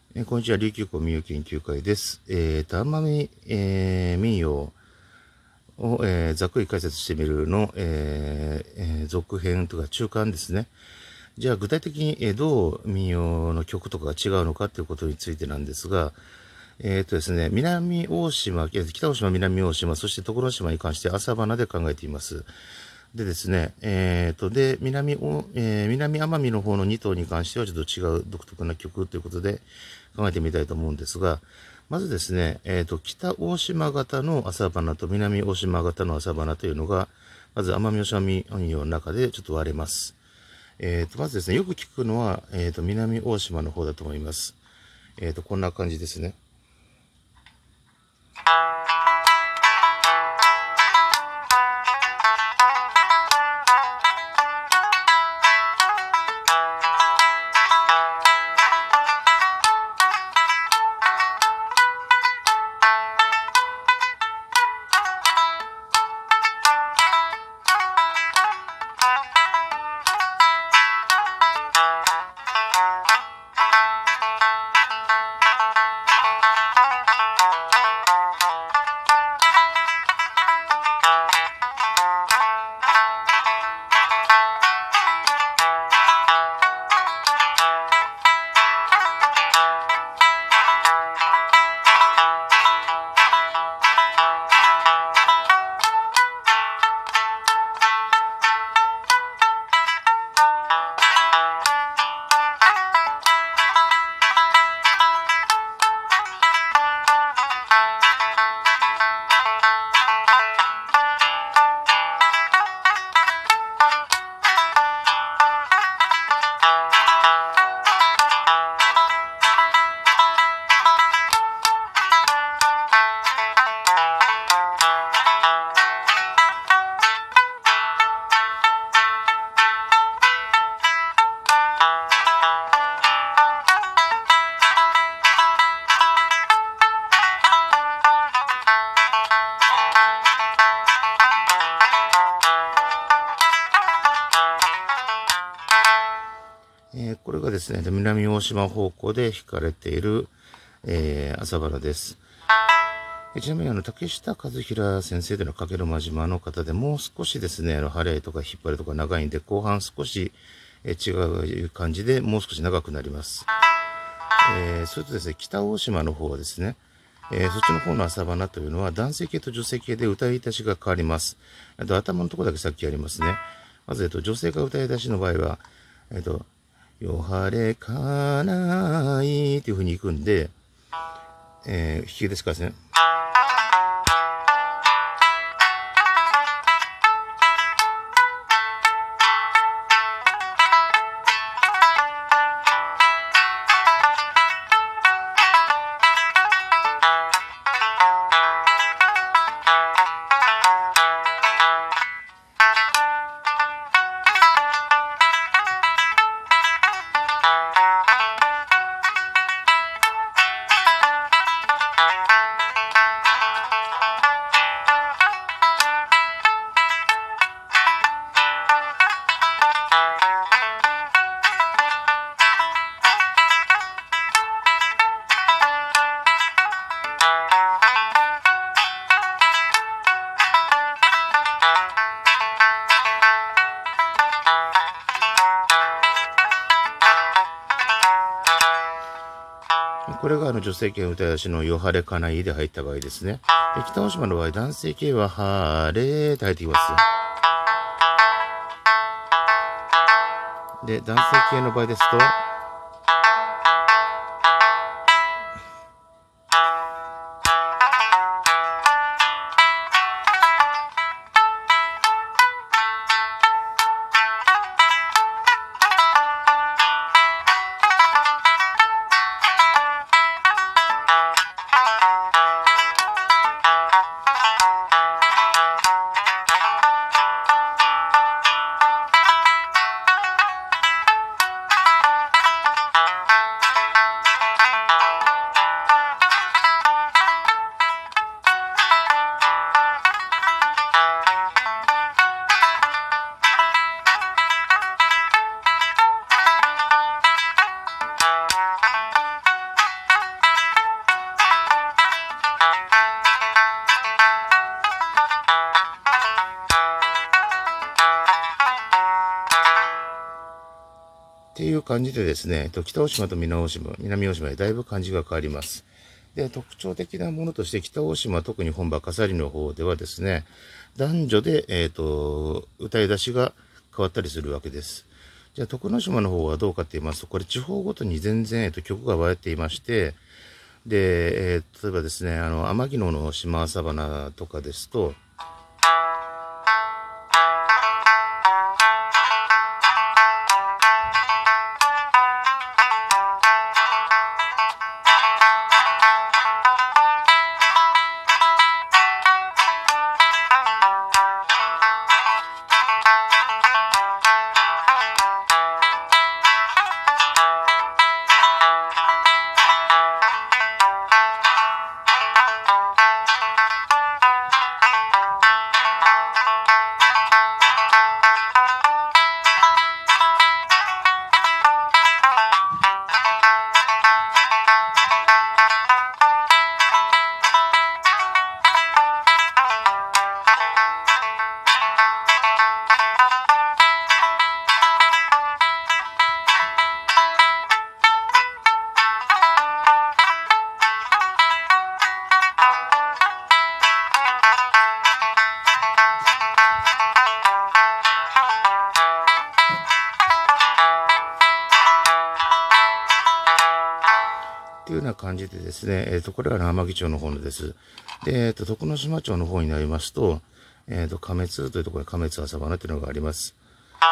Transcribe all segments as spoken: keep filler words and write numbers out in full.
えーこんにちは、琉球湖民謡研究会です。えーと、奄美、えー民謡を、えーざっくり解説してみるの、えーえー続編とか中間ですね。じゃあ具体的に、えーどう民謡の曲とかが違うのかということについてなんですが、えーとですね、南大島、えー北大島、南大島、そして所島に関して朝花で考えています。でですね、えーと、で、南お、えー南奄美の方のに島に関してはちょっと違う独特な曲ということで考えてみたいと思うんですが、まずですね、えーと、北大島型の朝花と南大島型の朝花というのが、まず奄美大島民謡の中でちょっと割れます。えーと、まずですね、よく聞くのは、えーと、南大島の方だと思います。えーと、こんな感じですね。えーこれがですね、南大島方向で弾かれている、えー朝原です。ちなみにあの竹下和平先生でのかけるま島の方でもう少しですね、あの晴れとか引っ張るとか長いんで、後半少し、えー違う感じでもう少し長くなります。えーそれとですね、北大島の方はですね、えーそっちの方の朝花というのは男性系と女性系で歌い出しが変わります。あと頭のところだけさっきやりますね。まず、えっと、女性が歌い出しの場合は、えっと、よ晴れかないっていう風に行くんで、えー、弾きですからですね。これがあの女性系歌い出しのよ晴れかないで入った場合ですね。で北大島の場合、男性系は晴れって入ってきます。で、男性系の場合ですと、 感じでですね、えっと、北大島と南大島、南大島でだいぶ感じが変わります。で、特徴的なものとして、北大島、特に本場笠利の方ではですね、男女で、えっと、歌い出しが変わったりするわけです。じゃあ、徳之島の方はどうかって言いますと、これ地方ごとに全然、えっと、曲が割れていまして、で、えー、例えばですね、あの、天城の島朝花とかですと、っていうような感じでですね、えっと、これは天城町の方のです。で、えっと、徳之島町の方になりますと、えっと、亀津というところに亀津朝花というのがあります。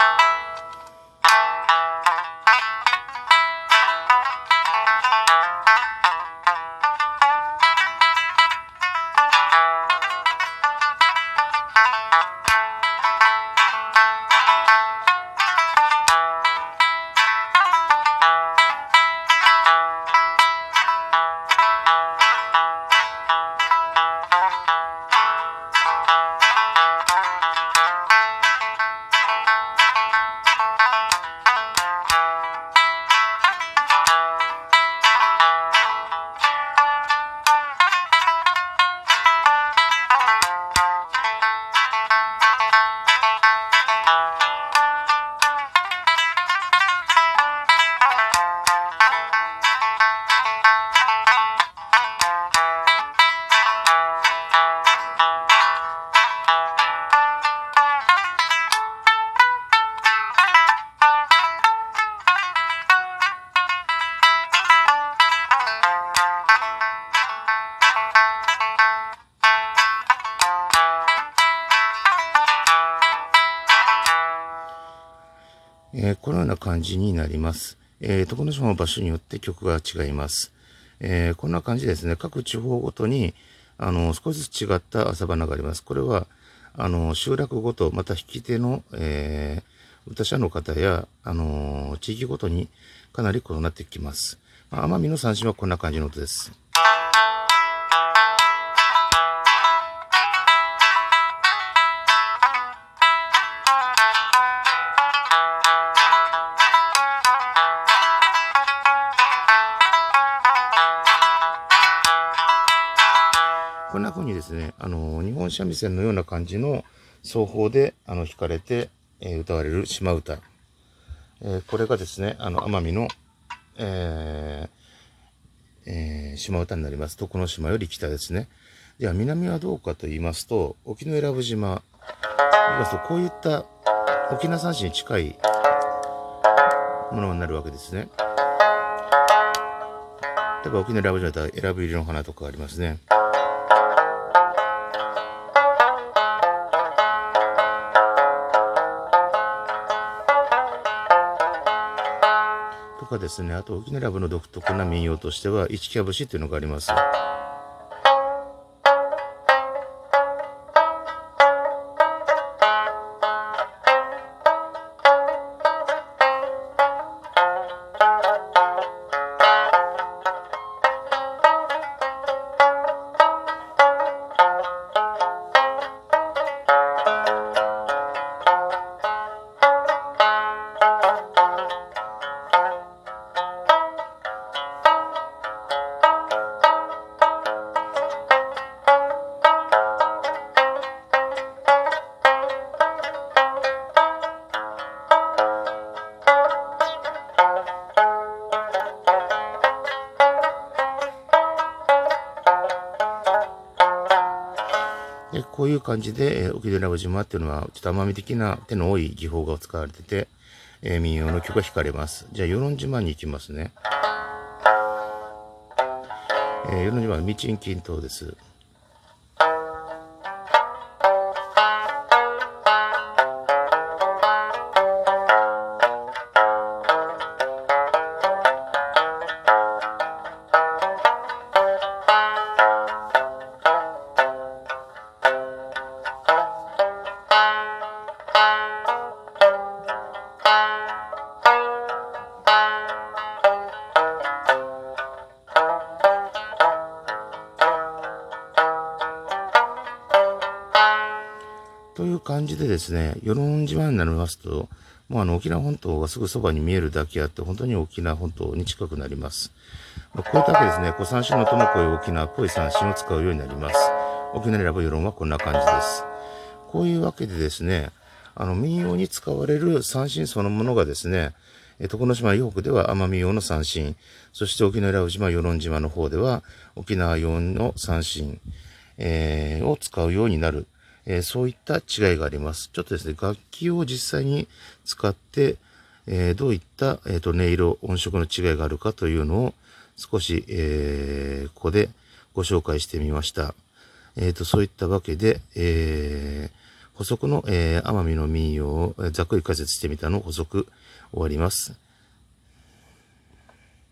えー、このような感じになります。えー、徳之島の場所によって曲が違います。えー、こんな感じですね。各地方ごとに、あの、少しずつ違った朝花があります。これは、あの、集落ごと、また弾き手の、えー、歌者の方や、あの、地域ごとにかなり異なってきます。まあ、奄美の三線はこんな感じの音です。こんな風にですね、あの、日本三味線のような感じの奏法で、あの、弾かれて、えー、歌われる島唄。えー、これがですね、あの、奄美の、えーえー、島唄になります。徳之島より北ですね。では、南はどうかと言いますと、沖永良部島。言いますと、こういった沖縄三線に近いものになるわけですね。例えば沖永良部島だったら選ぶ入りの花とかありますね。とかですね、あと沖永良部の独特な民謡としては、一キャ節っていうのがあります。 こういう感じで、えー、沖永良部島っていうのは、ちょっと奄美的な手の多い技法が使われてて、えー、民謡の曲が弾かれます。じゃあ、与論島に行きますね。えー、与論島は、みちん金刀です。という感じでですね、与論島になりますと、もうあの沖縄本島がすぐそばに見えるだけあって、本当に沖縄本島に近くなります。まあ、こういったわけですね、小三振のともこい沖縄っぽい三振を使うようになります。沖縄選ぶ与論はこんな感じです。こういうわけでですね、あの民謡に使われる三振そのものがですね、徳之島以北では奄美用の三振、そして沖永良部島、与論島の方では沖縄用の三振、えー、を使うようになる。えー、そういった違いがあります。ちょっとですね、楽器を実際に使って、えー、どういった、えー、と音色、音色の違いがあるかというのを少し、えー、ここでご紹介してみました。えー、とそういったわけで、えー、補足の、えー、奄美の民謡をざっくり解説してみたのを補足終わります。